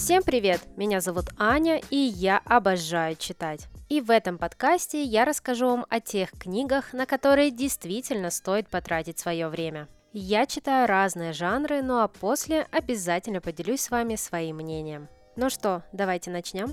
Всем привет! Меня зовут Аня, и я обожаю читать. И в этом подкасте я расскажу вам о тех книгах, на которые действительно стоит потратить свое время. Я читаю разные жанры, ну а после обязательно поделюсь с вами своим мнением. Ну что, давайте начнем.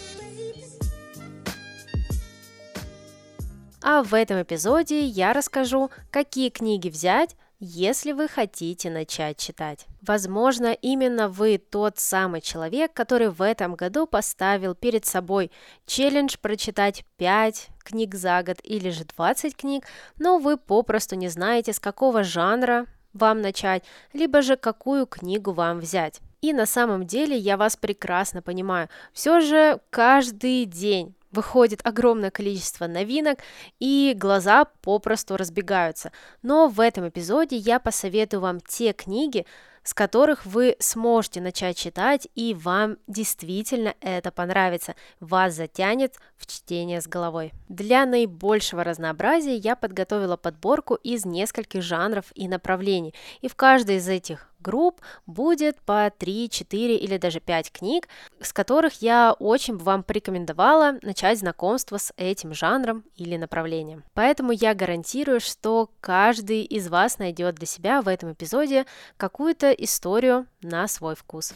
А в этом эпизоде я расскажу, какие книги взять, если вы хотите начать читать. Возможно, именно вы тот самый человек, который в этом году поставил перед собой челлендж прочитать 5 книг за год или же 20 книг, но вы попросту не знаете, с какого жанра вам начать, либо же какую книгу вам взять. И на самом деле я вас прекрасно понимаю. Все же каждый день выходит огромное количество новинок, и глаза попросту разбегаются. Но в этом эпизоде я посоветую вам те книги, с которых вы сможете начать читать, и вам действительно это понравится, вас затянет в чтение с головой. Для наибольшего разнообразия я подготовила подборку из нескольких жанров и направлений, и в каждой из этих групп будет по 3, 4 или даже 5 книг, с которых я очень бы вам порекомендовала начать знакомство с этим жанром или направлением. Поэтому я гарантирую, что каждый из вас найдет для себя в этом эпизоде какую-то историю на свой вкус.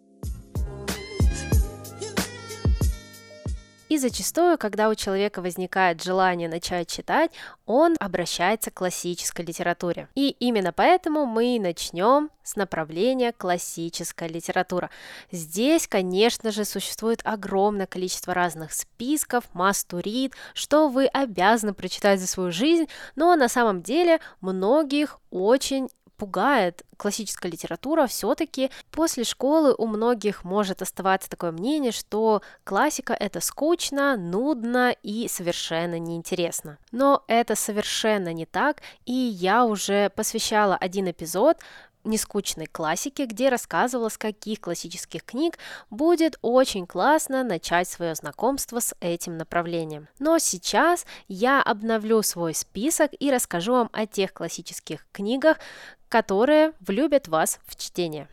И зачастую, когда у человека возникает желание начать читать, он обращается к классической литературе. И именно поэтому мы начнем с направления классическая литература. Здесь, конечно же, существует огромное количество разных списков, must to read, что вы обязаны прочитать за свою жизнь, но на самом деле многих очень пугает классическая литература. Все-таки после школы у многих может оставаться такое мнение, что классика — это скучно, нудно и совершенно неинтересно. Но это совершенно не так, и я уже посвящала один эпизод нескучной классике, где рассказывала, с каких классических книг будет очень классно начать свое знакомство с этим направлением. Но сейчас я обновлю свой список и расскажу вам о тех классических книгах, которые влюбят вас в чтение.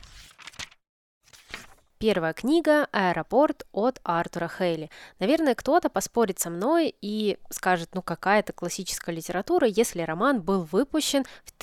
Первая книга «Аэропорт» от Артура Хейли. Наверное, кто-то поспорит со мной и скажет, ну какая это классическая литература, если роман был выпущен в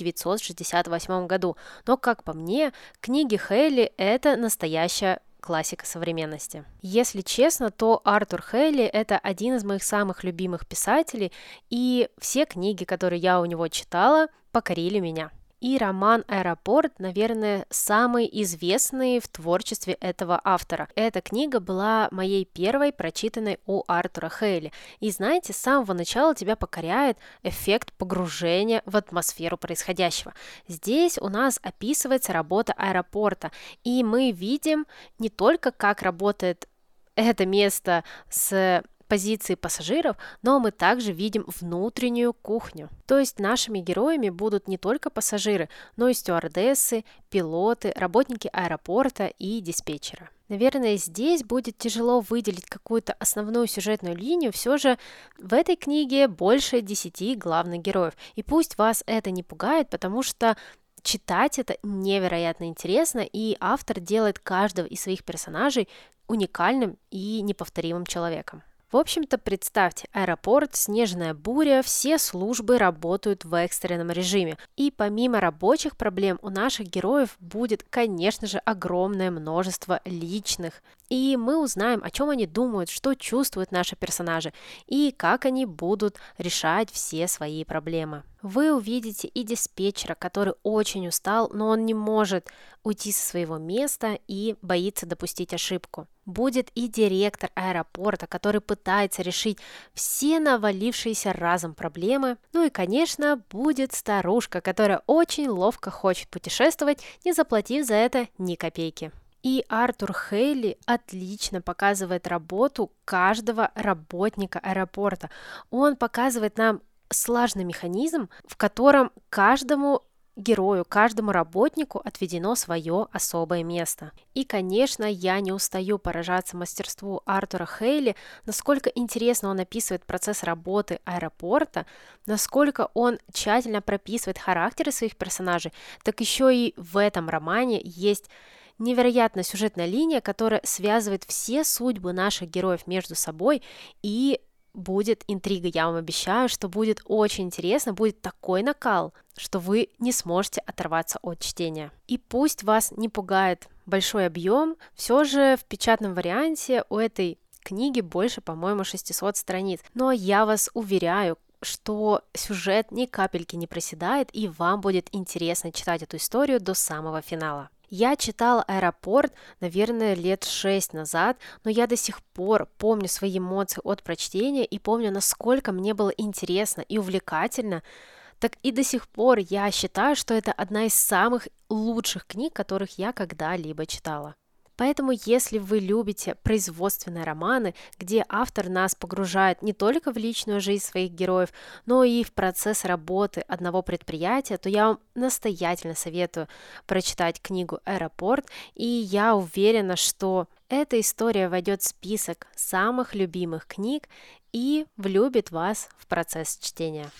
1968 году. Но, как по мне, книги Хейли – это настоящая классика современности. Если честно, то Артур Хейли – это один из моих самых любимых писателей, и все книги, которые я у него читала, покорили меня. И роман «Аэропорт», наверное, самый известный в творчестве этого автора. Эта книга была моей первой прочитанной у Артура Хейли. И знаете, с самого начала тебя покоряет эффект погружения в атмосферу происходящего. Здесь у нас описывается работа аэропорта, и мы видим не только, как работает это место с позиции пассажиров, но мы также видим внутреннюю кухню. То есть нашими героями будут не только пассажиры, но и стюардессы, пилоты, работники аэропорта и диспетчеры. Наверное, здесь будет тяжело выделить какую-то основную сюжетную линию, все же в этой книге больше 10 главных героев. И пусть вас это не пугает, потому что читать это невероятно интересно, и автор делает каждого из своих персонажей уникальным и неповторимым человеком. В общем-то, представьте, аэропорт, снежная буря, все службы работают в экстренном режиме. И помимо рабочих проблем у наших героев будет, конечно же, огромное множество личных. И мы узнаем, о чем они думают, что чувствуют наши персонажи и как они будут решать все свои проблемы. Вы увидите и диспетчера, который очень устал, но он не может уйти со своего места и боится допустить ошибку. Будет и директор аэропорта, который пытается решить все навалившиеся разом проблемы. Ну и, конечно, будет старушка, которая очень ловко хочет путешествовать, не заплатив за это ни копейки. И Артур Хейли отлично показывает работу каждого работника аэропорта. Он показывает нам сложный механизм, в котором каждому герою, каждому работнику отведено свое особое место. И, конечно, я не устаю поражаться мастерству Артура Хейли, насколько интересно он описывает процесс работы аэропорта, насколько он тщательно прописывает характеры своих персонажей, так еще и в этом романе есть невероятная сюжетная линия, которая связывает все судьбы наших героев между собой, и будет интрига, я вам обещаю, что будет очень интересно, будет такой накал, что вы не сможете оторваться от чтения. И пусть вас не пугает большой объем, все же в печатном варианте у этой книги больше, по-моему, 600 страниц. Но я вас уверяю, что сюжет ни капельки не проседает, и вам будет интересно читать эту историю до самого финала. Я читала «Аэропорт», наверное, лет 6 назад, но я до сих пор помню свои эмоции от прочтения и помню, насколько мне было интересно и увлекательно. Так и до сих пор я считаю, что это одна из самых лучших книг, которых я когда-либо читала. Поэтому, если вы любите производственные романы, где автор нас погружает не только в личную жизнь своих героев, но и в процесс работы одного предприятия, то я вам настоятельно советую прочитать книгу «Аэропорт», и я уверена, что эта история войдет в список самых любимых книг и влюбит вас в процесс чтения.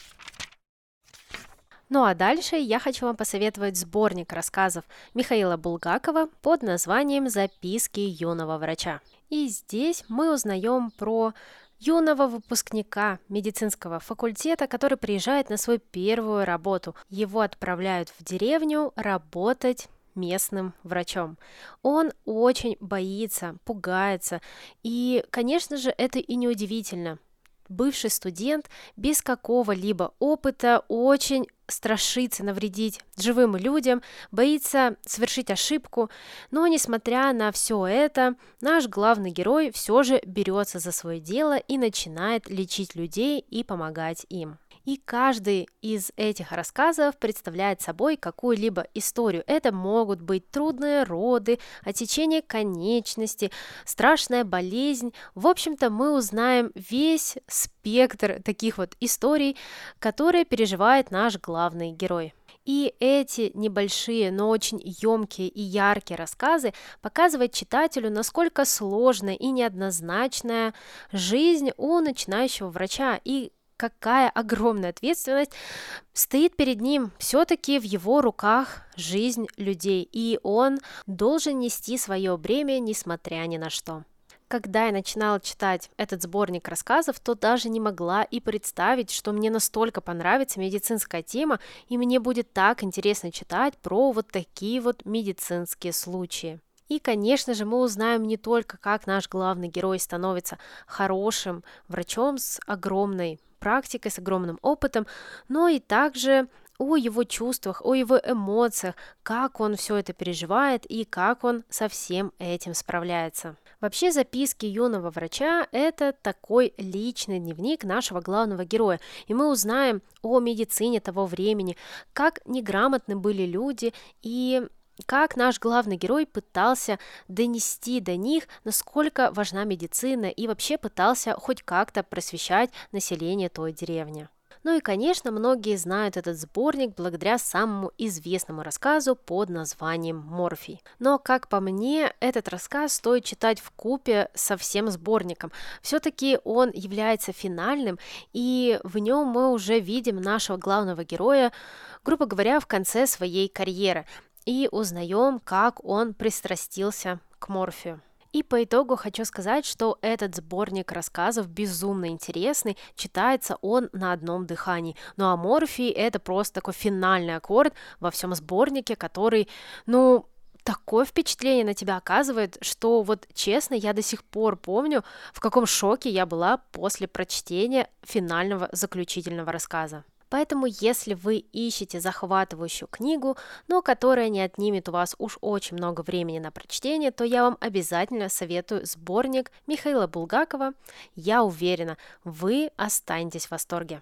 Ну а дальше я хочу вам посоветовать сборник рассказов Михаила Булгакова под названием «Записки юного врача». И здесь мы узнаем про юного выпускника медицинского факультета, который приезжает на свою первую работу. Его отправляют в деревню работать местным врачом. Он очень боится, пугается, и, конечно же, это и неудивительно. Бывший студент без какого-либо опыта очень страшится навредить живым людям, боится совершить ошибку, но, несмотря на все это, наш главный герой все же берется за свое дело и начинает лечить людей и помогать им. И каждый из этих рассказов представляет собой какую-либо историю. Это могут быть трудные роды, отсечение конечности, страшная болезнь. В общем-то, мы узнаем весь спектр таких вот историй, которые переживает наш главный герой. И эти небольшие, но очень емкие и яркие рассказы показывают читателю, насколько сложная и неоднозначная жизнь у начинающего врача и какая огромная ответственность стоит перед ним. Все-таки в его руках жизнь людей, и он должен нести свое бремя, несмотря ни на что. Когда я начинала читать этот сборник рассказов, то даже не могла и представить, что мне настолько понравится медицинская тема, и мне будет так интересно читать про вот такие вот медицинские случаи. И, конечно же, мы узнаем не только, как наш главный герой становится хорошим врачом с огромной практикой, с огромным опытом, но и также о его чувствах, о его эмоциях, как он все это переживает и как он со всем этим справляется. Вообще, записки юного врача – это такой личный дневник нашего главного героя, и мы узнаем о медицине того времени, как неграмотны были люди и как наш главный герой пытался донести до них, насколько важна медицина, и вообще пытался хоть как-то просвещать население той деревни. Ну и, конечно, многие знают этот сборник благодаря самому известному рассказу под названием «Морфий». Но, как по мне, этот рассказ стоит читать вкупе со всем сборником. Все-таки он является финальным, и в нем мы уже видим нашего главного героя, грубо говоря, в конце своей карьеры, и узнаем, как он пристрастился к морфию. И по итогу хочу сказать, что этот сборник рассказов безумно интересный, читается он на одном дыхании. Ну а морфий – это просто такой финальный аккорд во всем сборнике, который, такое впечатление на тебя оказывает, что вот честно, я до сих пор помню, в каком шоке я была после прочтения финального заключительного рассказа. Поэтому, если вы ищете захватывающую книгу, но которая не отнимет у вас уж очень много времени на прочтение, то я вам обязательно советую сборник Михаила Булгакова. Я уверена, вы останетесь в восторге.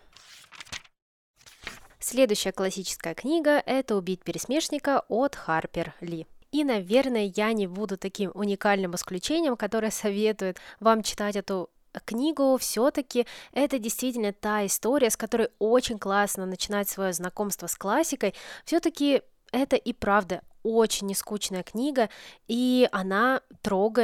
Следующая классическая книга – это «Убить пересмешника» от Харпер Ли. И, наверное, я не буду таким уникальным исключением, которое советует вам читать эту книгу. Все-таки это действительно та история, с которой очень классно начинать свое знакомство с классикой. Все-таки это и правда очень нескучная книга, и она трогает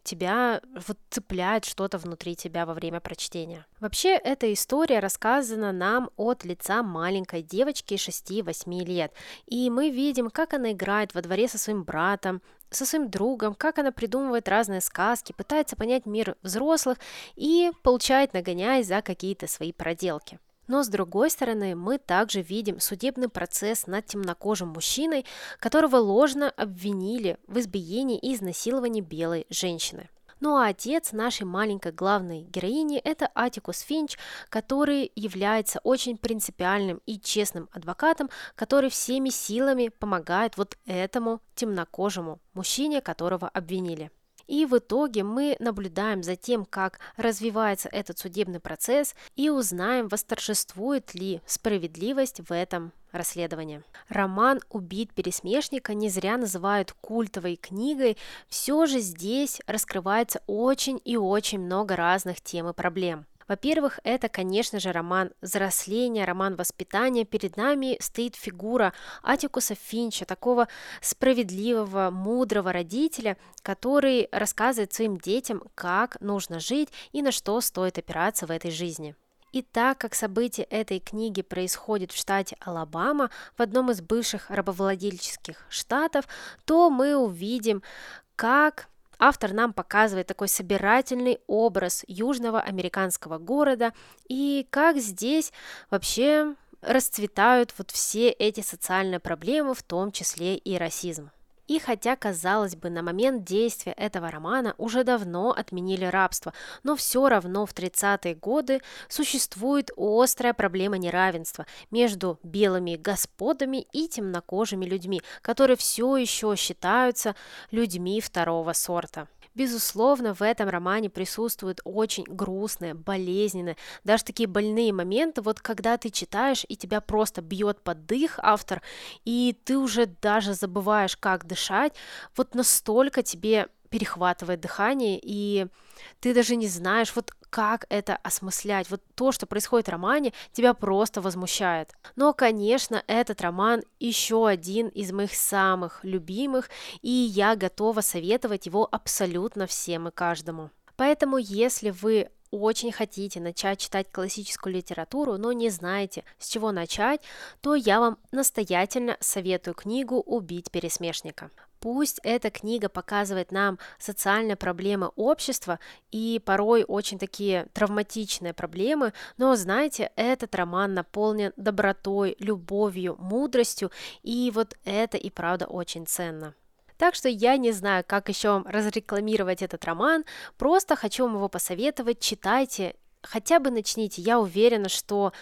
тебя вот цепляет что-то внутри тебя во время прочтения. Вообще, эта история рассказана нам от лица маленькой девочки 6-8 лет, и мы видим, как она играет во дворе со своим братом, со своим другом, как она придумывает разные сказки, пытается понять мир взрослых и получает нагоняй за какие-то свои проделки. Но с другой стороны, мы также видим судебный процесс над темнокожим мужчиной, которого ложно обвинили в избиении и изнасиловании белой женщины. Ну а отец нашей маленькой главной героини – это Аттикус Финч, который является очень принципиальным и честным адвокатом, который всеми силами помогает вот этому темнокожему мужчине, которого обвинили. И в итоге мы наблюдаем за тем, как развивается этот судебный процесс, и узнаем, восторжествует ли справедливость в этом расследовании. Роман «Убить пересмешника» не зря называют культовой книгой, все же здесь раскрывается очень и очень много разных тем и проблем. Во-первых, это, конечно же, роман взросления, роман воспитания. Перед нами стоит фигура Аттикуса Финча, такого справедливого, мудрого родителя, который рассказывает своим детям, как нужно жить и на что стоит опираться в этой жизни. И так как события этой книги происходят в штате Алабама, в одном из бывших рабовладельческих штатов, то мы увидим, как автор нам показывает такой собирательный образ южного американского города и как здесь вообще расцветают вот все эти социальные проблемы, в том числе и расизм. И хотя, казалось бы, на момент действия этого романа уже давно отменили рабство, но все равно в 30-е годы существует острая проблема неравенства между белыми господами и темнокожими людьми, которые все еще считаются людьми второго сорта. Безусловно, в этом романе присутствуют очень грустные, болезненные, даже такие больные моменты, вот когда ты читаешь и тебя просто бьет под дых автор, и ты уже даже забываешь, как дышать, вот настолько тебе перехватывает дыхание, и ты даже не знаешь, вот как это осмыслять. Вот то, что происходит в романе, тебя просто возмущает. Но, конечно, этот роман еще один из моих самых любимых, и я готова советовать его абсолютно всем и каждому. Поэтому, если вы очень хотите начать читать классическую литературу, но не знаете, с чего начать, то я вам настоятельно советую книгу «Убить пересмешника». Пусть эта книга показывает нам социальные проблемы общества и порой очень такие травматичные проблемы, но, знаете, этот роман наполнен добротой, любовью, мудростью, и вот это и правда очень ценно. Так что я не знаю, как еще вам разрекламировать этот роман, просто хочу вам его посоветовать, читайте, хотя бы начните, я уверена, что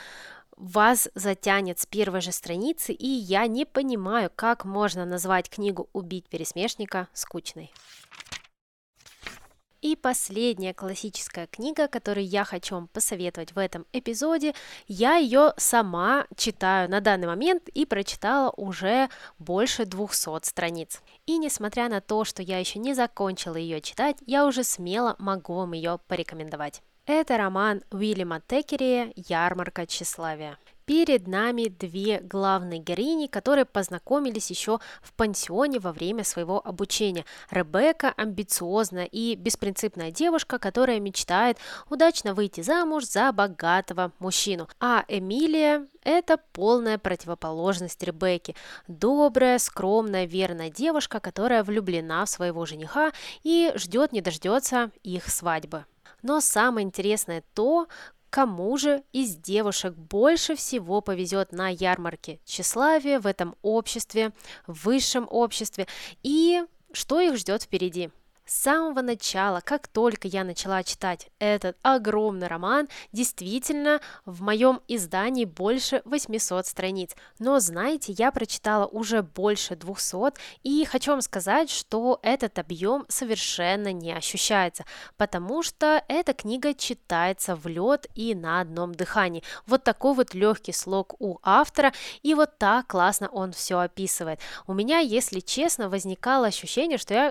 вас затянет с первой же страницы, и я не понимаю, как можно назвать книгу «Убить пересмешника» скучной. И последняя классическая книга, которую я хочу вам посоветовать в этом эпизоде, я ее сама читаю на данный момент и прочитала уже больше 200 страниц. И несмотря на то, что я еще не закончила ее читать, я уже смело могу вам ее порекомендовать. Это роман Уильяма Теккерея «Ярмарка тщеславия». Перед нами две главные героини, которые познакомились еще в пансионе во время своего обучения. Ребекка – амбициозная и беспринципная девушка, которая мечтает удачно выйти замуж за богатого мужчину. А Эмилия – это полная противоположность Ребекки. Добрая, скромная, верная девушка, которая влюблена в своего жениха и ждет не дождется их свадьбы. Но самое интересное то, кому же из девушек больше всего повезет на ярмарке тщеславия в этом обществе, в высшем обществе, и что их ждет впереди. С самого начала, как только я начала читать этот огромный роман, действительно в моем издании больше 800 страниц. Но знаете, я прочитала уже больше 200, и хочу вам сказать, что этот объем совершенно не ощущается, потому что эта книга читается в лед и на одном дыхании. Вот такой вот легкий слог у автора, и вот так классно он все описывает. У меня, если честно, возникало ощущение, что я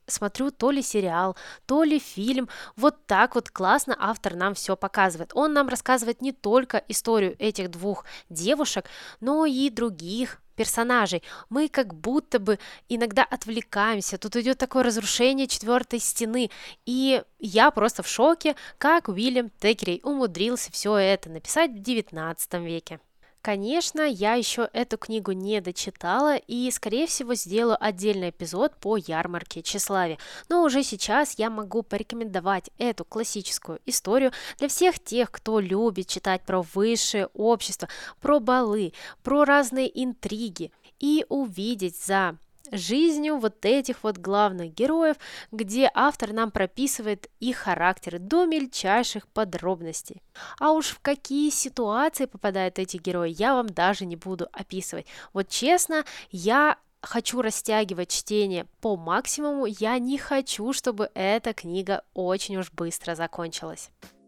смотрю то ли сериал, то ли фильм. Вот так вот классно автор нам все показывает. Он нам рассказывает не только историю этих двух девушек, но и других персонажей. Мы как будто бы иногда отвлекаемся. Тут идет такое разрушение четвертой стены. И я просто в шоке, как Уильям Текерей умудрился все это написать в XIX веке. Конечно, я еще эту книгу не дочитала и, скорее всего, сделаю отдельный эпизод по ярмарке тщеславия. Но уже сейчас я могу порекомендовать эту классическую историю для всех тех, кто любит читать про высшее общество, про балы, про разные интриги и увидеть за жизнью вот этих вот главных героев, где автор нам прописывает их характеры до мельчайших подробностей. А уж в какие ситуации попадают эти герои, я вам даже не буду описывать. Вот честно, я хочу растягивать чтение по максимуму, я не хочу, чтобы эта книга очень уж быстро закончилась.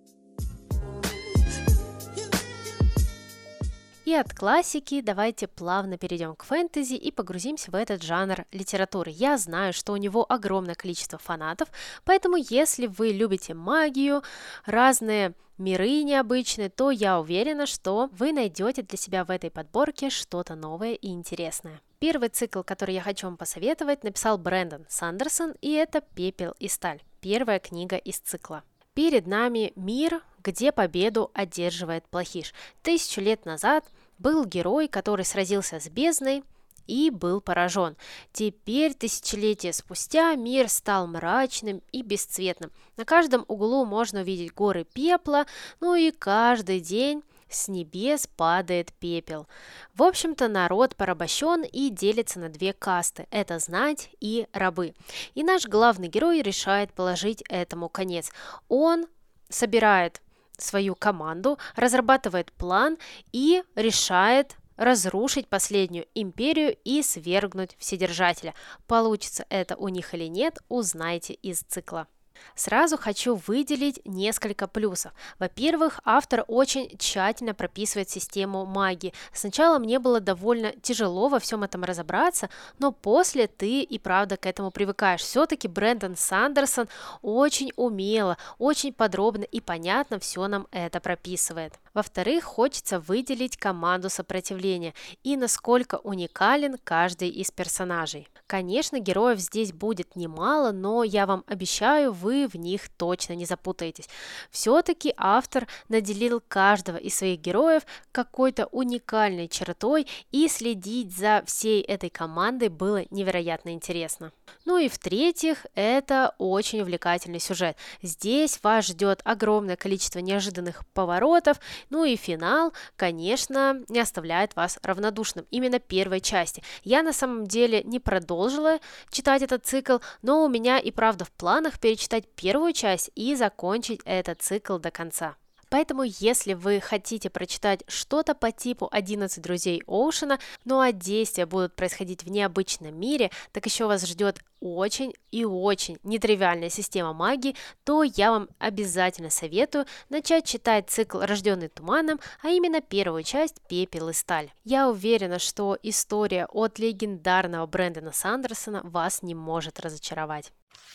И от классики давайте плавно перейдем к фэнтези и погрузимся в этот жанр литературы. Я знаю, что у него огромное количество фанатов, поэтому если вы любите магию, разные миры необычные, то я уверена, что вы найдете для себя в этой подборке что-то новое и интересное. Первый цикл, который я хочу вам посоветовать, написал Брэндон Сандерсон, и это «Пепел и сталь», первая книга из цикла. Перед нами мир, где победу одерживает Плохиш. 1000 лет назад был герой, который сразился с бездной и был поражен. Теперь, тысячелетия спустя, мир стал мрачным и бесцветным. На каждом углу можно увидеть горы пепла, ну и каждый день с небес падает пепел. В общем-то, народ порабощен и делится на две касты – это знать и рабы. И наш главный герой решает положить этому конец. Он собирает свою команду, разрабатывает план и решает разрушить последнюю империю и свергнуть Вседержателя. Получится это у них или нет, узнайте из цикла. Сразу хочу выделить несколько плюсов. Во-первых, автор очень тщательно прописывает систему магии. Сначала мне было довольно тяжело во всем этом разобраться, но после ты и правда к этому привыкаешь. Все-таки Брэндон Сандерсон очень умело, очень подробно и понятно все нам это прописывает. Во-вторых, хочется выделить команду сопротивления и насколько уникален каждый из персонажей. Конечно, героев здесь будет немало, но я вам обещаю, вы в них точно не запутаетесь. Все-таки автор наделил каждого из своих героев какой-то уникальной чертой, и следить за всей этой командой было невероятно интересно. Ну и в-третьих, это очень увлекательный сюжет. Здесь вас ждет огромное количество неожиданных поворотов, ну и финал, конечно, не оставляет вас равнодушным. Именно первой части. Я на самом деле не продолжила читать этот цикл, но у меня и правда в планах перечитать первую часть и закончить этот цикл до конца. Поэтому, если вы хотите прочитать что-то по типу «11 друзей Оушена», ну а действия будут происходить в необычном мире, так еще вас ждет очень и очень нетривиальная система магии, то я вам обязательно советую начать читать цикл «Рожденный туманом», а именно первую часть «Пепел и сталь». Я уверена, что история от легендарного Брэндона Сандерсона вас не может разочаровать.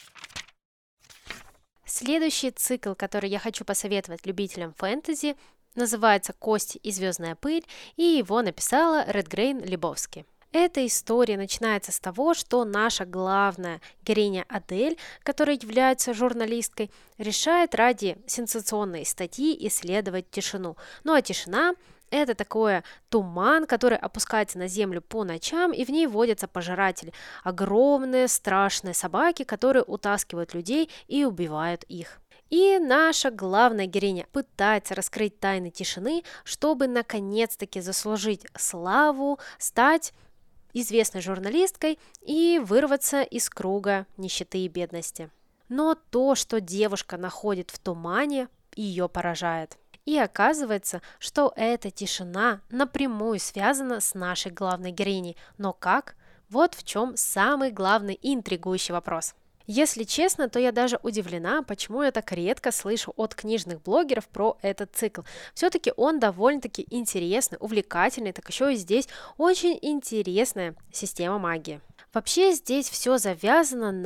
Следующий цикл, который я хочу посоветовать любителям фэнтези, называется «Кости и звездная пыль», и его написала Редгрейн Лебовски. Эта история начинается с того, что наша главная героиня Адель, которая является журналисткой, решает ради сенсационной статьи исследовать тишину. Ну а тишина – это такой туман, который опускается на землю по ночам, и в ней водятся пожиратели. Огромные страшные собаки, которые утаскивают людей и убивают их. И наша главная героиня пытается раскрыть тайны тишины, чтобы наконец-таки заслужить славу, стать известной журналисткой и вырваться из круга нищеты и бедности. Но то, что девушка находит в тумане, ее поражает. И оказывается, что эта тишина напрямую связана с нашей главной героиней. Но как? Вот в чем самый главный и интригующий вопрос. Если честно, то я даже удивлена, почему я так редко слышу от книжных блогеров про этот цикл. Все-таки он довольно-таки интересный, увлекательный, так еще и здесь очень интересная система магии. Вообще здесь все завязано на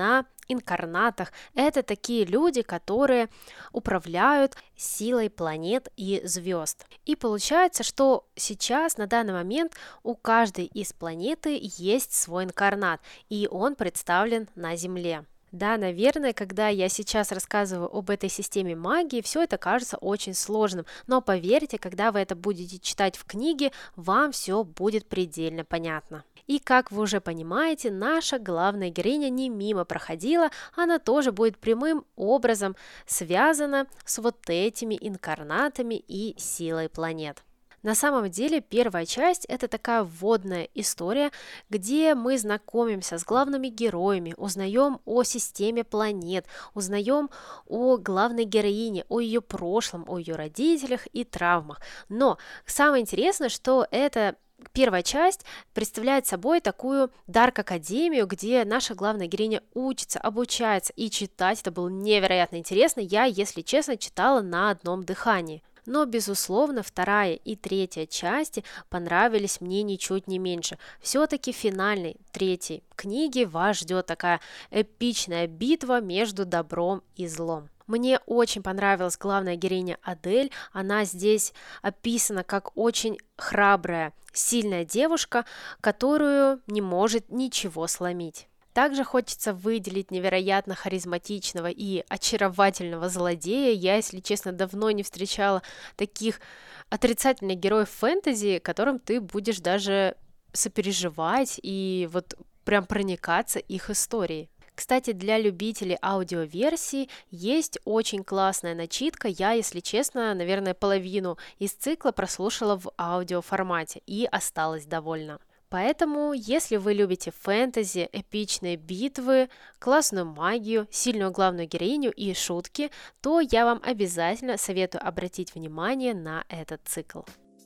инкарнатах. Это такие люди, которые управляют силой планет и звезд. И получается, что сейчас, на данный момент, у каждой из планеты есть свой инкарнат, и он представлен на Земле. Да, наверное, когда я сейчас рассказываю об этой системе магии, все это кажется очень сложным, но поверьте, когда вы это будете читать в книге, вам все будет предельно понятно. И как вы уже понимаете, наша главная героиня не мимо проходила, она тоже будет прямым образом связана с вот этими инкарнатами и силой планет. На самом деле первая часть – это такая вводная история, где мы знакомимся с главными героями, узнаем о системе планет, узнаем о главной героине, о ее прошлом, о ее родителях и травмах. Но самое интересное, что это первая часть представляет собой такую дарк-академию, где наша главная героиня учится, обучается, и читать это было невероятно интересно. Я, если честно, читала на одном дыхании. Но, безусловно, вторая и третья части понравились мне ничуть не меньше. Все-таки в финальной третьей книге вас ждет такая эпичная битва между добром и злом. Мне очень понравилась главная героиня Адель. Она здесь описана как очень храбрая, сильная девушка, которую не может ничего сломить. Также хочется выделить невероятно харизматичного и очаровательного злодея. Я, если честно, давно не встречала таких отрицательных героев фэнтези, которым ты будешь даже сопереживать и вот прям проникаться их историей. Кстати, для любителей аудиоверсии есть очень классная начитка. Я, если честно, наверное, половину из цикла прослушала в аудиоформате и осталась довольна. Поэтому, если вы любите фэнтези, эпичные битвы, классную магию, сильную главную героиню и шутки, то я вам обязательно советую обратить внимание на этот цикл.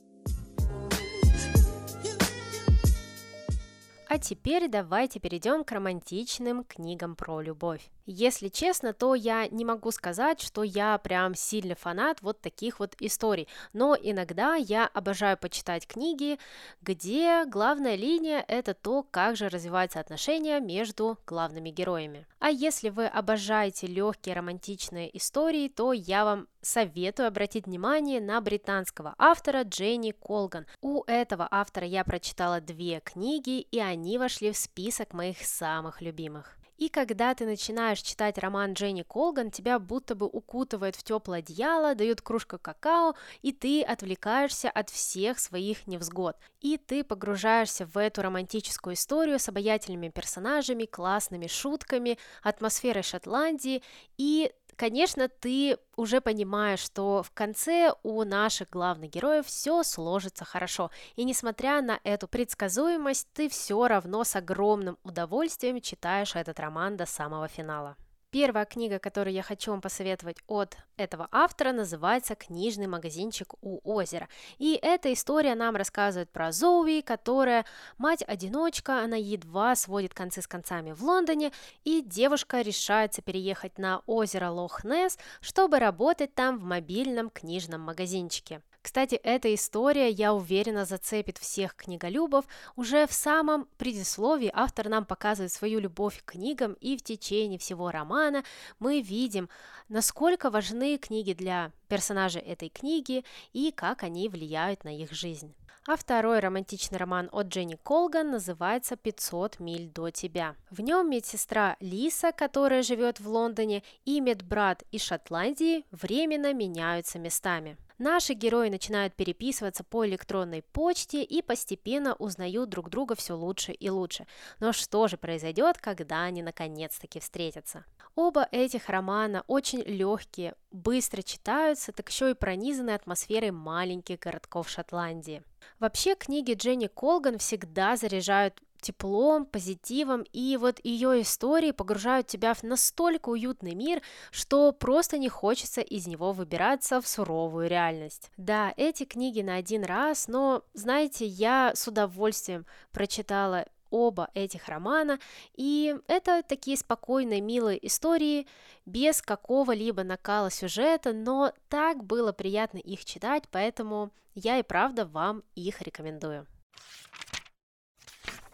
А теперь давайте перейдем к романтичным книгам про любовь. Если честно, то я не могу сказать, что я прям сильный фанат вот таких вот историй, но иногда я обожаю почитать книги, где главная линия – это то, как же развиваются отношения между главными героями. А если вы обожаете легкие романтичные истории, то я вам советую обратить внимание на британского автора Дженни Колган. У этого автора я прочитала 2 книги, и они вошли в список моих самых любимых. И когда ты начинаешь читать роман Дженни Колган, тебя будто бы укутывает в теплое одеяло, дают кружку какао, и ты отвлекаешься от всех своих невзгод. И ты погружаешься в эту романтическую историю с обаятельными персонажами, классными шутками, атмосферой Шотландии, и конечно, ты уже понимаешь, что в конце у наших главных героев все сложится хорошо, и несмотря на эту предсказуемость, ты все равно с огромным удовольствием читаешь этот роман до самого финала. Первая книга, которую я хочу вам посоветовать от этого автора, называется «Книжный магазинчик у озера». И эта история нам рассказывает про Зоуи, которая мать-одиночка, она едва сводит концы с концами в Лондоне, и девушка решается переехать на озеро Лох-Несс, чтобы работать там в мобильном книжном магазинчике. Кстати, эта история, я уверена, зацепит всех книголюбов. Уже в самом предисловии автор нам показывает свою любовь к книгам, и в течение всего романа мы видим, насколько важны книги для персонажей этой книги и как они влияют на их жизнь. А второй романтичный роман от Дженни Колган называется «500 миль до тебя». В нем медсестра Лиса, которая живет в Лондоне, и медбрат из Шотландии временно меняются местами. Наши герои начинают переписываться по электронной почте и постепенно узнают друг друга все лучше и лучше. Но что же произойдет, когда они наконец-таки встретятся? Оба этих романа очень легкие, быстро читаются, так еще и пронизаны атмосферой маленьких городков Шотландии. Вообще, книги Дженни Колган всегда заряжают теплом, позитивом, и вот ее истории погружают тебя в настолько уютный мир, что просто не хочется из него выбираться в суровую реальность. Да, эти книги на один раз, но, знаете, я с удовольствием прочитала оба этих романа, и это такие спокойные, милые истории, без какого-либо накала сюжета, но так было приятно их читать, поэтому я и правда вам их рекомендую.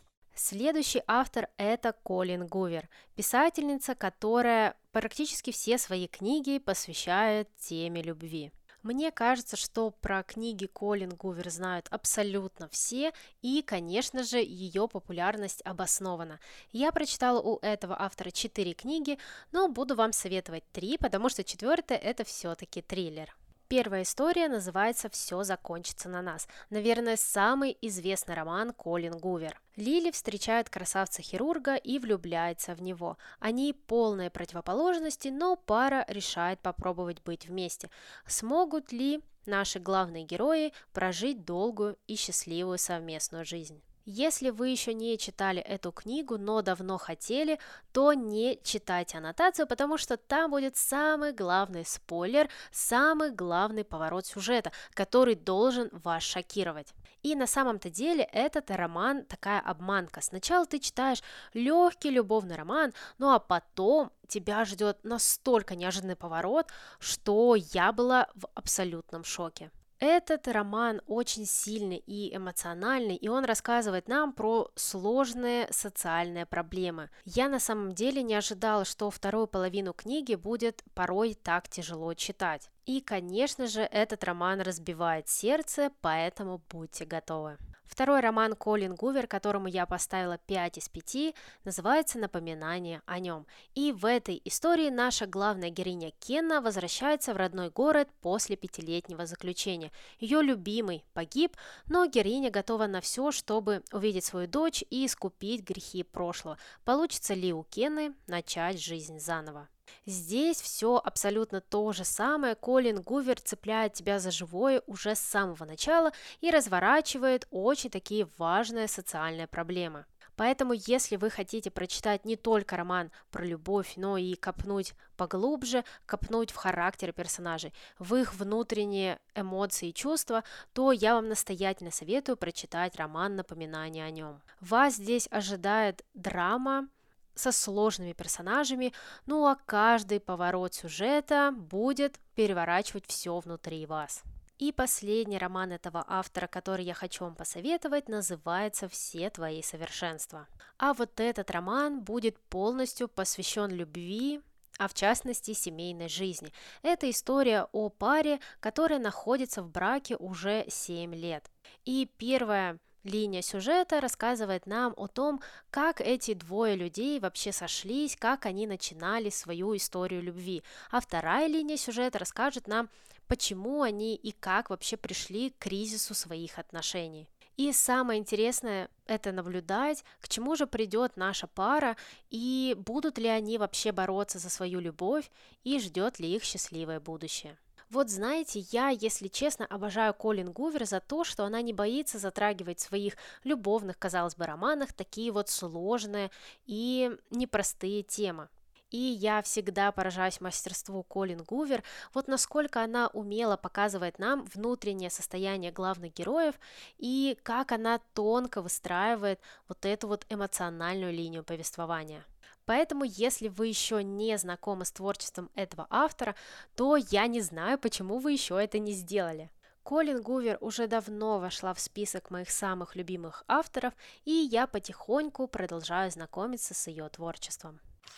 Следующий автор – это Колин Гувер, писательница, которая практически все свои книги посвящает теме любви. Мне кажется, что про книги Колин Гувер знают абсолютно все, и, конечно же, ее популярность обоснована. Я прочитала у этого автора 4 книги, но буду вам советовать 3, потому что 4-я – это все-таки триллер. Первая история называется «Все закончится на нас». Наверное, самый известный роман Колин Гувер. Лили встречает красавца-хирурга и влюбляется в него. Они полные противоположности, но пара решает попробовать быть вместе. Смогут ли наши главные герои прожить долгую и счастливую совместную жизнь? Если вы еще не читали эту книгу, но давно хотели, то не читайте аннотацию, потому что там будет самый главный спойлер, самый главный поворот сюжета, который должен вас шокировать. И на самом-то деле этот роман такая обманка. Сначала ты читаешь легкий любовный роман, ну а потом тебя ждет настолько неожиданный поворот, что я была в абсолютном шоке. Этот роман очень сильный и эмоциональный, и он рассказывает нам про сложные социальные проблемы. Я на самом деле не ожидала, что вторую половину книги будет порой так тяжело читать. И, конечно же, этот роман разбивает сердце, поэтому будьте готовы. Второй роман Колин Гувер, которому я поставила 5 из 5, называется «Напоминание о нем». И в этой истории наша главная героиня Кенна возвращается в родной город после 5-летнего заключения. Ее любимый погиб, но героиня готова на все, чтобы увидеть свою дочь и искупить грехи прошлого. Получится ли у Кенны начать жизнь заново? Здесь все абсолютно то же самое. Колин Гувер цепляет тебя за живое уже с самого начала и разворачивает очень такие важные социальные проблемы. Поэтому, если вы хотите прочитать не только роман про любовь, но и копнуть поглубже, копнуть в характеры персонажей, в их внутренние эмоции и чувства, то я вам настоятельно советую прочитать роман «Напоминание о нем». Вас здесь ожидает драма со сложными персонажами, ну а каждый поворот сюжета будет переворачивать все внутри вас. И последний роман этого автора, который я хочу вам посоветовать, называется «Все твои совершенства». А вот этот роман будет полностью посвящен любви, а в частности семейной жизни. Это история о паре, которая находится в браке уже 7 лет. И первая линия сюжета рассказывает нам о том, как эти двое людей вообще сошлись, как они начинали свою историю любви. А вторая линия сюжета расскажет нам, почему они и как вообще пришли к кризису своих отношений. И самое интересное – это наблюдать, к чему же придет наша пара, и будут ли они вообще бороться за свою любовь, и ждет ли их счастливое будущее. Вот знаете, я, если честно, обожаю Колин Гувер за то, что она не боится затрагивать в своих любовных, казалось бы, романах такие вот сложные и непростые темы. И я всегда поражаюсь мастерству Колин Гувер, вот насколько она умело показывает нам внутреннее состояние главных героев и как она тонко выстраивает вот эту вот эмоциональную линию повествования. Поэтому, если вы еще не знакомы с творчеством этого автора, то я не знаю, почему вы еще это не сделали. Колин Гувер уже давно вошла в список моих самых любимых авторов, и я потихоньку продолжаю знакомиться с ее творчеством.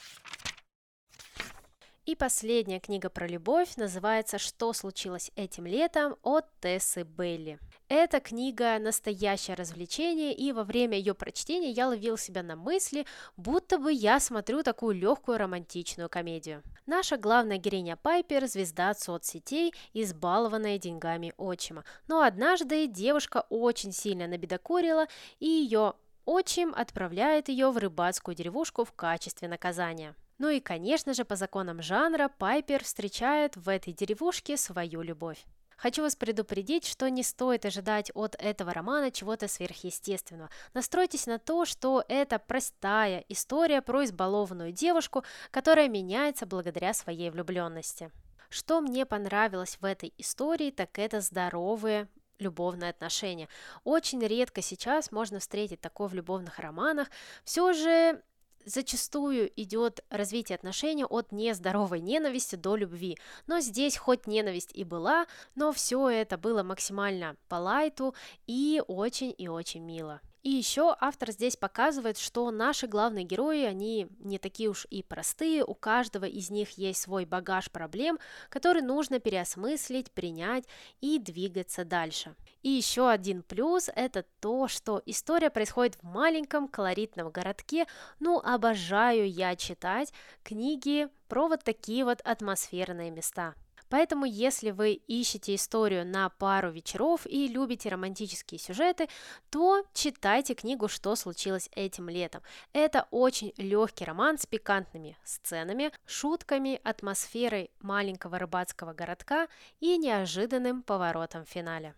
И последняя книга про любовь называется «Что случилось этим летом» от Тессы Бейли. Эта книга – настоящее развлечение, и во время ее прочтения я ловила себя на мысли, будто бы я смотрю такую легкую романтичную комедию. Наша главная героиня Пайпер – звезда соцсетей, избалованная деньгами отчима. Но однажды девушка очень сильно набедокурила, и ее отчим отправляет ее в рыбацкую деревушку в качестве наказания. Ну и, конечно же, по законам жанра Пайпер встречает в этой деревушке свою любовь. Хочу вас предупредить, что не стоит ожидать от этого романа чего-то сверхъестественного. Настройтесь на то, что это простая история про избалованную девушку, которая меняется благодаря своей влюбленности. Что мне понравилось в этой истории, так это здоровые любовные отношения. Очень редко сейчас можно встретить такое в любовных романах. Все же зачастую идет развитие отношений от нездоровой ненависти до любви. Но здесь хоть ненависть и была, но все это было максимально по лайту и очень мило. И еще автор здесь показывает, что наши главные герои, они не такие уж и простые, у каждого из них есть свой багаж проблем, который нужно переосмыслить, принять и двигаться дальше. И еще один плюс – это то, что история происходит в маленьком колоритном городке. Ну, обожаю я читать книги про вот такие вот атмосферные места. Поэтому, если вы ищете историю на пару вечеров и любите романтические сюжеты, то читайте книгу «Что случилось этим летом». Это очень легкий роман с пикантными сценами, шутками, атмосферой маленького рыбацкого городка и неожиданным поворотом в финале.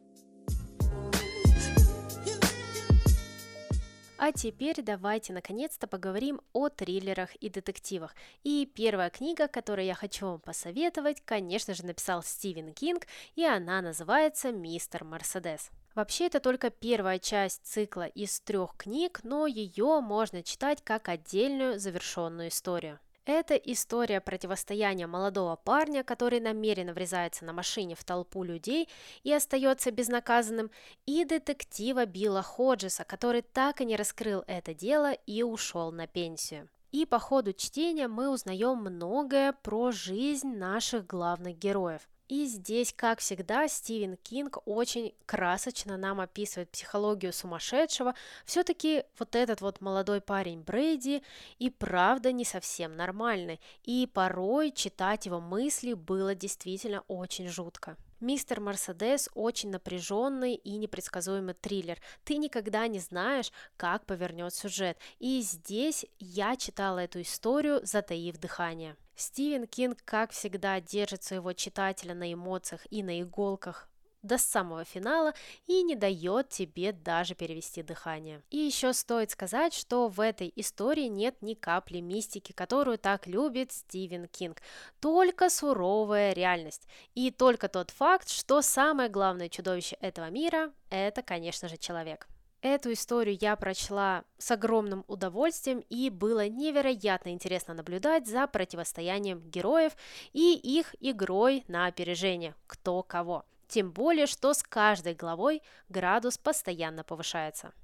А теперь давайте наконец-то поговорим о триллерах и детективах. И первая книга, которую я хочу вам посоветовать, конечно же, написал Стивен Кинг, и она называется «Мистер Мерседес». Вообще, это только первая часть цикла из 3 книг, но ее можно читать как отдельную завершенную историю. Это история противостояния молодого парня, который намеренно врезается на машине в толпу людей и остается безнаказанным, и детектива Билла Ходжеса, который так и не раскрыл это дело и ушел на пенсию. И по ходу чтения мы узнаем многое про жизнь наших главных героев. И здесь, как всегда, Стивен Кинг очень красочно нам описывает психологию сумасшедшего. Все-таки вот этот вот молодой парень Брейди и правда не совсем нормальный. И порой читать его мысли было действительно очень жутко. «Мистер Мерседес» очень напряженный и непредсказуемый триллер. Ты никогда не знаешь, как повернет сюжет. И здесь я читала эту историю, затаив дыхание. Стивен Кинг, как всегда, держит своего читателя на эмоциях и на иголках до самого финала и не дает тебе даже перевести дыхание. И еще стоит сказать, что в этой истории нет ни капли мистики, которую так любит Стивен Кинг, только суровая реальность и только тот факт, что самое главное чудовище этого мира – это, конечно же, человек. Эту историю я прочла с огромным удовольствием, и было невероятно интересно наблюдать за противостоянием героев и их игрой на опережение, кто кого. Тем более, что с каждой главой градус постоянно повышается.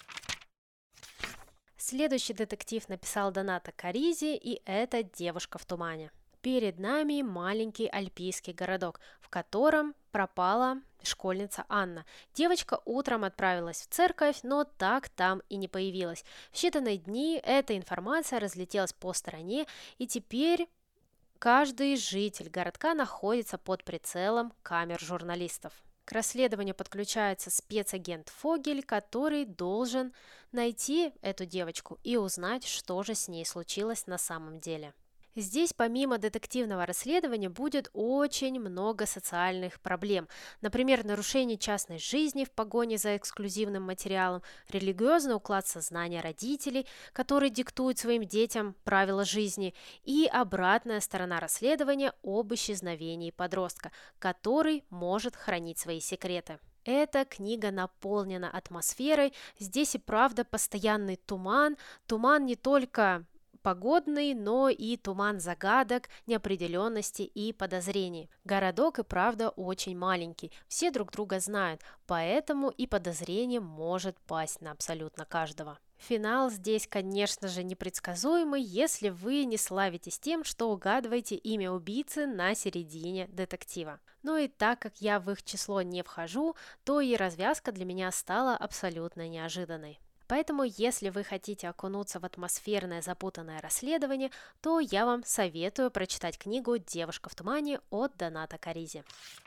Следующий детектив написал Доната Каризи, и это «Девушка в тумане». Перед нами маленький альпийский городок, в котором пропала школьница Анна. Девочка утром отправилась в церковь, но так там и не появилась. В считанные дни эта информация разлетелась по стране, и теперь каждый житель городка находится под прицелом камер журналистов. К расследованию подключается спецагент Фогель, который должен найти эту девочку и узнать, что же с ней случилось на самом деле. Здесь помимо детективного расследования будет очень много социальных проблем. Например, нарушение частной жизни в погоне за эксклюзивным материалом, религиозный уклад сознания родителей, который диктует своим детям правила жизни, и обратная сторона расследования об исчезновении подростка, который может хранить свои секреты. Эта книга наполнена атмосферой, здесь и правда постоянный туман не только погодный, но и туман загадок, неопределенности и подозрений. Городок и правда очень маленький, все друг друга знают, поэтому и подозрение может пасть на абсолютно каждого. Финал здесь, конечно же, непредсказуемый, если вы не славитесь тем, что угадываете имя убийцы на середине детектива. Ну и так как я в их число не вхожу, то и развязка для меня стала абсолютно неожиданной. Поэтому, если вы хотите окунуться в атмосферное запутанное расследование, то я вам советую прочитать книгу «Девушка в тумане» от Доната Каризи.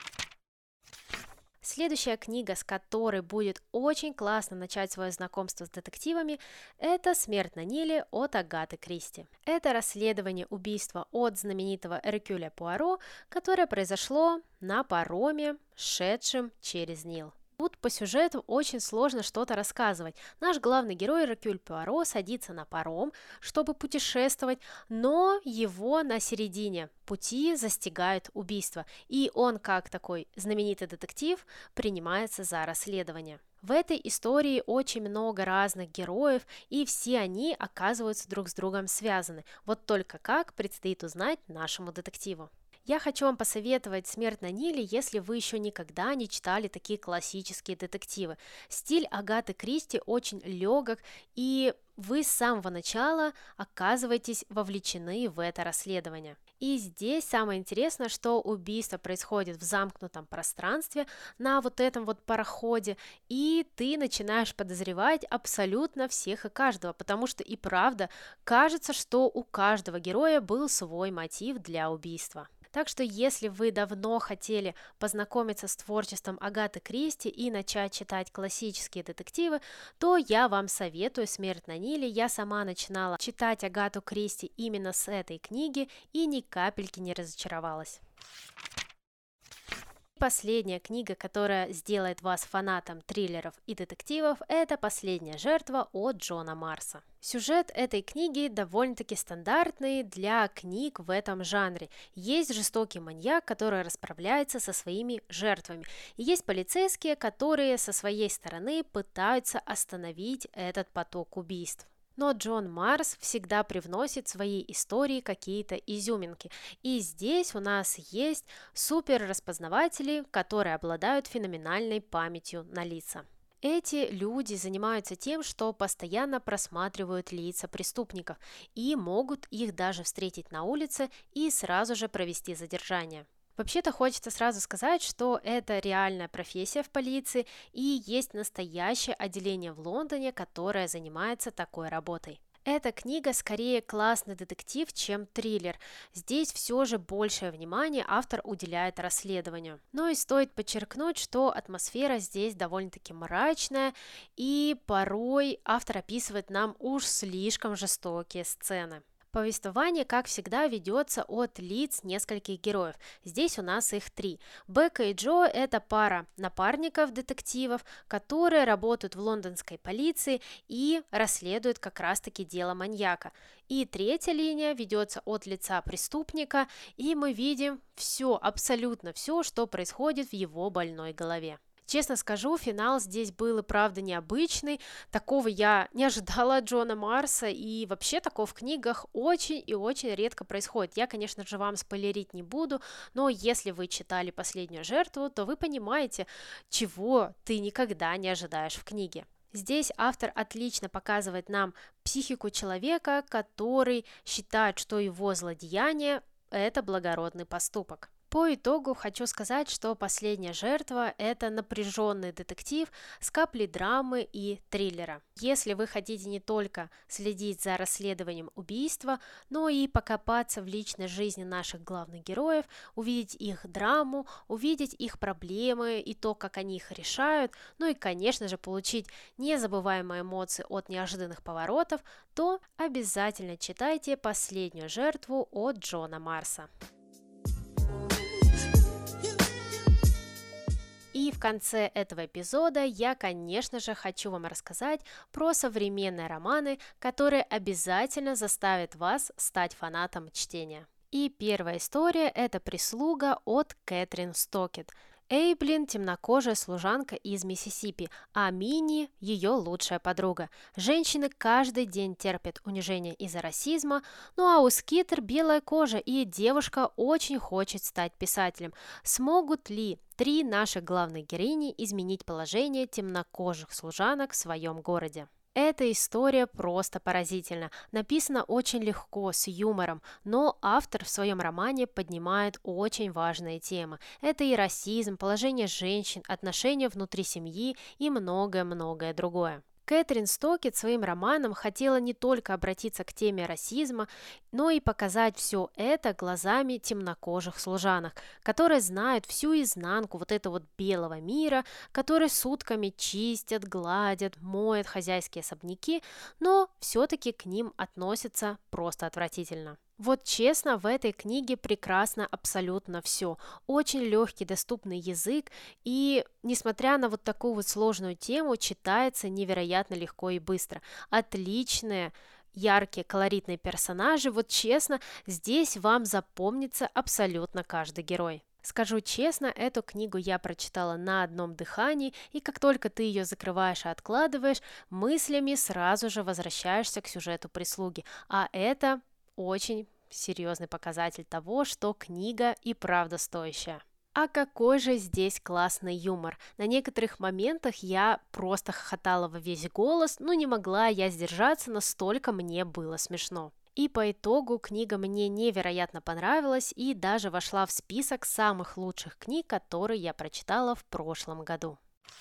Следующая книга, с которой будет очень классно начать свое знакомство с детективами, это «Смерть на Ниле» от Агаты Кристи. Это расследование убийства от знаменитого Эркюля Пуаро, которое произошло на пароме, шедшем через Нил. Тут по сюжету очень сложно что-то рассказывать. Наш главный герой Эркюль Пуаро садится на паром, чтобы путешествовать, но его на середине пути застигает убийство, и он, как такой знаменитый детектив, принимается за расследование. В этой истории очень много разных героев, и все они оказываются друг с другом связаны. Вот только как предстоит узнать нашему детективу. Я хочу вам посоветовать «Смерть на Ниле», если вы еще никогда не читали такие классические детективы. Стиль Агаты Кристи очень легок, и вы с самого начала оказываетесь вовлечены в это расследование. И здесь самое интересное, что убийство происходит в замкнутом пространстве на вот этом вот пароходе, и ты начинаешь подозревать абсолютно всех и каждого, потому что и правда кажется, что у каждого героя был свой мотив для убийства. Так что если вы давно хотели познакомиться с творчеством Агаты Кристи и начать читать классические детективы, то я вам советую «Смерть на Ниле». Я сама начинала читать Агату Кристи именно с этой книги и ни капельки не разочаровалась. Последняя книга, которая сделает вас фанатом триллеров и детективов, это «Последняя жертва» от Джона Марса. Сюжет этой книги довольно-таки стандартный для книг в этом жанре. Есть жестокий маньяк, который расправляется со своими жертвами. И есть полицейские, которые со своей стороны пытаются остановить этот поток убийств. Но Джон Марс всегда привносит в свои истории какие-то изюминки. И здесь у нас есть суперраспознаватели, которые обладают феноменальной памятью на лица. Эти люди занимаются тем, что постоянно просматривают лица преступников и могут их даже встретить на улице и сразу же провести задержание. Вообще-то хочется сразу сказать, что это реальная профессия в полиции и есть настоящее отделение в Лондоне, которое занимается такой работой. Эта книга скорее классный детектив, чем триллер. Здесь все же большее внимание автор уделяет расследованию. Но и стоит подчеркнуть, что атмосфера здесь довольно-таки мрачная, и порой автор описывает нам уж слишком жестокие сцены. Повествование, как всегда, ведется от лиц нескольких героев. Здесь у нас их 3. Бекка и Джо – это пара напарников-детективов, которые работают в лондонской полиции и расследуют как раз-таки дело маньяка. И третья линия ведется от лица преступника, и мы видим все, абсолютно все, что происходит в его больной голове. Честно скажу, финал здесь был и правда необычный, такого я не ожидала от Джона Марса, и вообще такого в книгах очень и очень редко происходит. Я, конечно же, вам спойлерить не буду, но если вы читали «Последнюю жертву», то вы понимаете, чего ты никогда не ожидаешь в книге. Здесь автор отлично показывает нам психику человека, который считает, что его злодеяние – это благородный поступок. По итогу хочу сказать, что «Последняя жертва» – это напряженный детектив с каплей драмы и триллера. Если вы хотите не только следить за расследованием убийства, но и покопаться в личной жизни наших главных героев, увидеть их драму, увидеть их проблемы и то, как они их решают, ну и, конечно же, получить незабываемые эмоции от неожиданных поворотов, то обязательно читайте «Последнюю жертву» от Джона Марса. И в конце этого эпизода я, конечно же, хочу вам рассказать про современные романы, которые обязательно заставят вас стать фанатом чтения. И первая история – это «Прислуга» от Кэтрин Стокетт. Эйблин – темнокожая служанка из Миссисипи, а Минни – ее лучшая подруга. Женщины каждый день терпят унижение из-за расизма, ну а у Скитер белая кожа, и девушка очень хочет стать писателем. Смогут ли 3 наших главных героини изменить положение темнокожих служанок в своем городе? Эта история просто поразительна, написана очень легко, с юмором, но автор в своем романе поднимает очень важные темы. Это и расизм, положение женщин, отношения внутри семьи и многое-многое другое. Кэтрин Стокетт своим романом хотела не только обратиться к теме расизма, но и показать все это глазами темнокожих служанок, которые знают всю изнанку вот этого вот белого мира, которые сутками чистят, гладят, моют хозяйские особняки, но все-таки к ним относятся просто отвратительно. Вот честно, в этой книге прекрасно абсолютно все. Очень легкий, доступный язык, и, несмотря на вот такую вот сложную тему, читается невероятно легко и быстро. Отличные, яркие, колоритные персонажи. Вот честно, здесь вам запомнится абсолютно каждый герой. Скажу честно, эту книгу я прочитала на одном дыхании, и как только ты ее закрываешь и откладываешь, мыслями сразу же возвращаешься к сюжету «Прислуги», а это очень серьезный показатель того, что книга и правда стоящая. А какой же здесь классный юмор! На некоторых моментах я просто хохотала во весь голос, но не могла я сдержаться, настолько мне было смешно. И по итогу книга мне невероятно понравилась и даже вошла в список самых лучших книг, которые я прочитала в прошлом году.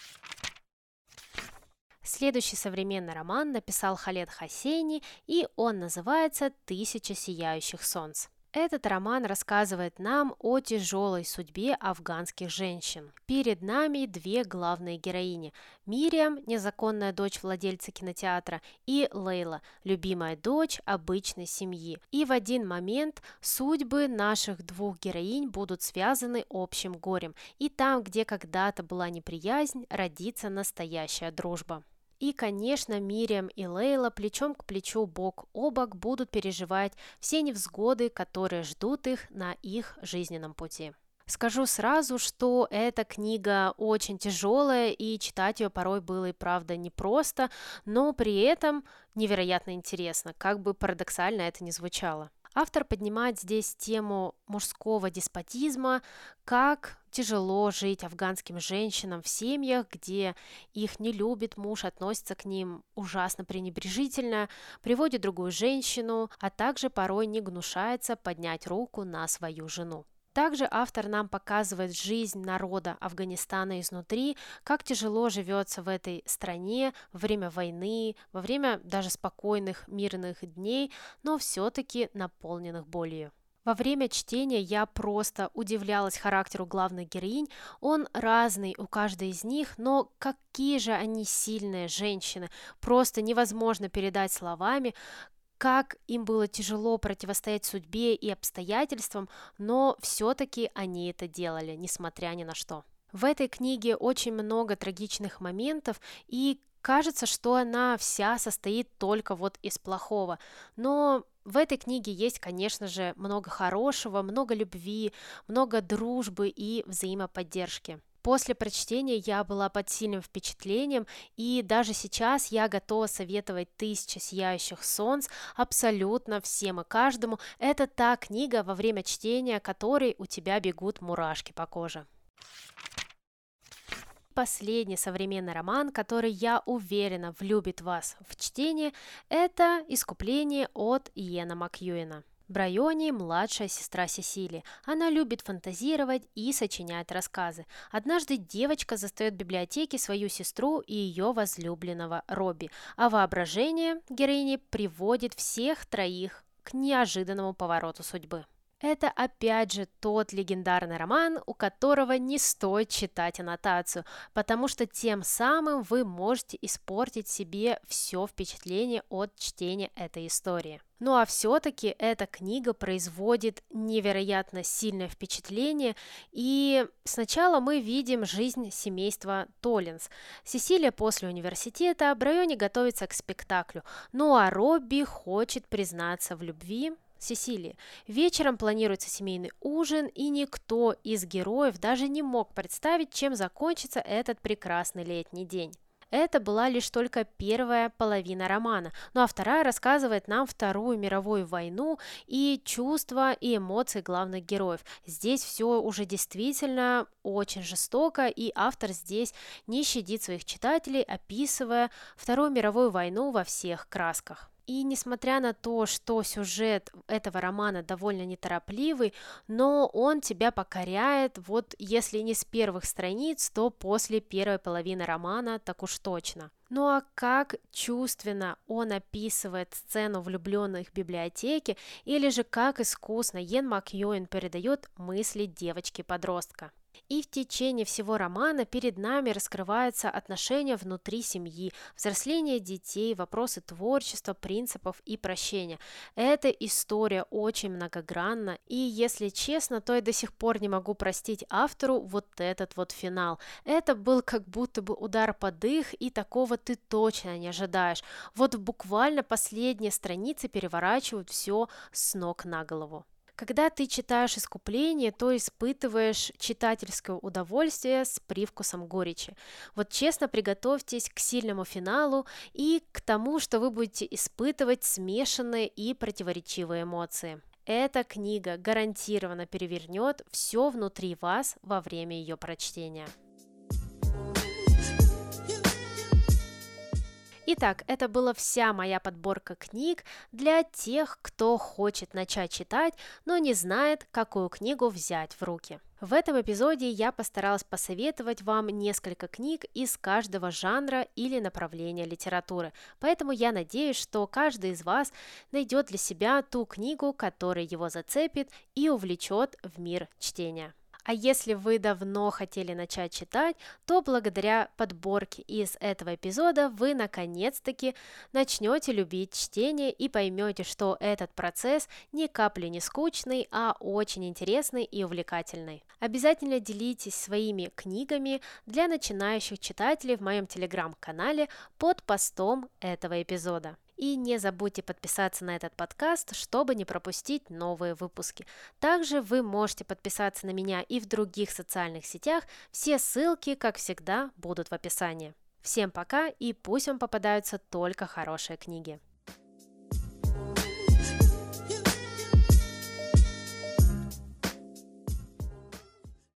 Следующий современный роман написал Халед Хосейни, и он называется «Тысяча сияющих солнц». Этот роман рассказывает нам о тяжелой судьбе афганских женщин. Перед нами две главные героини – Мириам, незаконная дочь владельца кинотеатра, и Лейла, любимая дочь обычной семьи. И в один момент судьбы наших двух героинь будут связаны общим горем, и там, где когда-то была неприязнь, родится настоящая дружба. И, конечно, Мириам и Лейла плечом к плечу, бок о бок будут переживать все невзгоды, которые ждут их на их жизненном пути. Скажу сразу, что эта книга очень тяжелая, и читать ее порой было и правда непросто, но при этом невероятно интересно, как бы парадоксально это ни звучало. Автор поднимает здесь тему мужского деспотизма, как тяжело жить афганским женщинам в семьях, где их не любит муж, относится к ним ужасно пренебрежительно, приводит другую женщину, а также порой не гнушается поднять руку на свою жену. Также автор нам показывает жизнь народа Афганистана изнутри, как тяжело живется в этой стране во время войны, во время даже спокойных мирных дней, но все-таки наполненных болью. Во время чтения я просто удивлялась характеру главных героинь, он разный у каждой из них, но какие же они сильные женщины, просто невозможно передать словами, как им было тяжело противостоять судьбе и обстоятельствам, но все-таки они это делали, несмотря ни на что. В этой книге очень много трагичных моментов, и кажется, что она вся состоит только вот из плохого. Но в этой книге есть, конечно же, много хорошего, много любви, много дружбы и взаимоподдержки. После прочтения я была под сильным впечатлением, и даже сейчас я готова советовать «Тысяча сияющих солнц» абсолютно всем и каждому. Это та книга, во время чтения которой у тебя бегут мурашки по коже. Последний современный роман, который, я уверена, влюбит вас в чтение, это «Искупление» от Иэна Макьюэна. Брайони – младшая сестра Сесили. Она любит фантазировать и сочинять рассказы. Однажды девочка застает в библиотеке свою сестру и ее возлюбленного Робби, а воображение героини приводит всех троих к неожиданному повороту судьбы. Это опять же тот легендарный роман, у которого не стоит читать аннотацию, потому что тем самым вы можете испортить себе все впечатление от чтения этой истории. Ну а все-таки эта книга производит невероятно сильное впечатление, и сначала мы видим жизнь семейства Толлинс. Сесилия после университета, Брайони готовится к спектаклю, ну а Робби хочет признаться в любви Сесилии. Вечером планируется семейный ужин, и никто из героев даже не мог представить, чем закончится этот прекрасный летний день. Это была лишь только первая половина романа, ну а вторая рассказывает нам Вторую мировую войну и чувства и эмоции главных героев. Здесь все уже действительно очень жестоко, и автор здесь не щадит своих читателей, описывая Вторую мировую войну во всех красках. И несмотря на то, что сюжет этого романа довольно неторопливый, но он тебя покоряет, вот если не с первых страниц, то после первой половины романа так уж точно. Ну а как чувственно он описывает сцену влюбленных в библиотеке, или же как искусно Иэн Макьюэн передает мысли девочки-подростка. И в течение всего романа перед нами раскрываются отношения внутри семьи, взросление детей, вопросы творчества, принципов и прощения. Эта история очень многогранна, и если честно, то я до сих пор не могу простить автору вот этот вот финал. Это был как будто бы удар под дых, и такого ты точно не ожидаешь. Вот буквально последние страницы переворачивают все с ног на голову. Когда ты читаешь «Искупление», то испытываешь читательское удовольствие с привкусом горечи. Вот честно приготовьтесь к сильному финалу и к тому, что вы будете испытывать смешанные и противоречивые эмоции. Эта книга гарантированно перевернет все внутри вас во время ее прочтения. Итак, это была вся моя подборка книг для тех, кто хочет начать читать, но не знает, какую книгу взять в руки. В этом эпизоде я постаралась посоветовать вам несколько книг из каждого жанра или направления литературы, поэтому я надеюсь, что каждый из вас найдет для себя ту книгу, которая его зацепит и увлечет в мир чтения. А если вы давно хотели начать читать, то благодаря подборке из этого эпизода вы наконец-таки начнете любить чтение и поймете, что этот процесс ни капли не скучный, а очень интересный и увлекательный. Обязательно делитесь своими книгами для начинающих читателей в моем телеграм-канале под постом этого эпизода. И не забудьте подписаться на этот подкаст, чтобы не пропустить новые выпуски. Также вы можете подписаться на меня и в других социальных сетях. Все ссылки, как всегда, будут в описании. Всем пока и пусть вам попадаются только хорошие книги.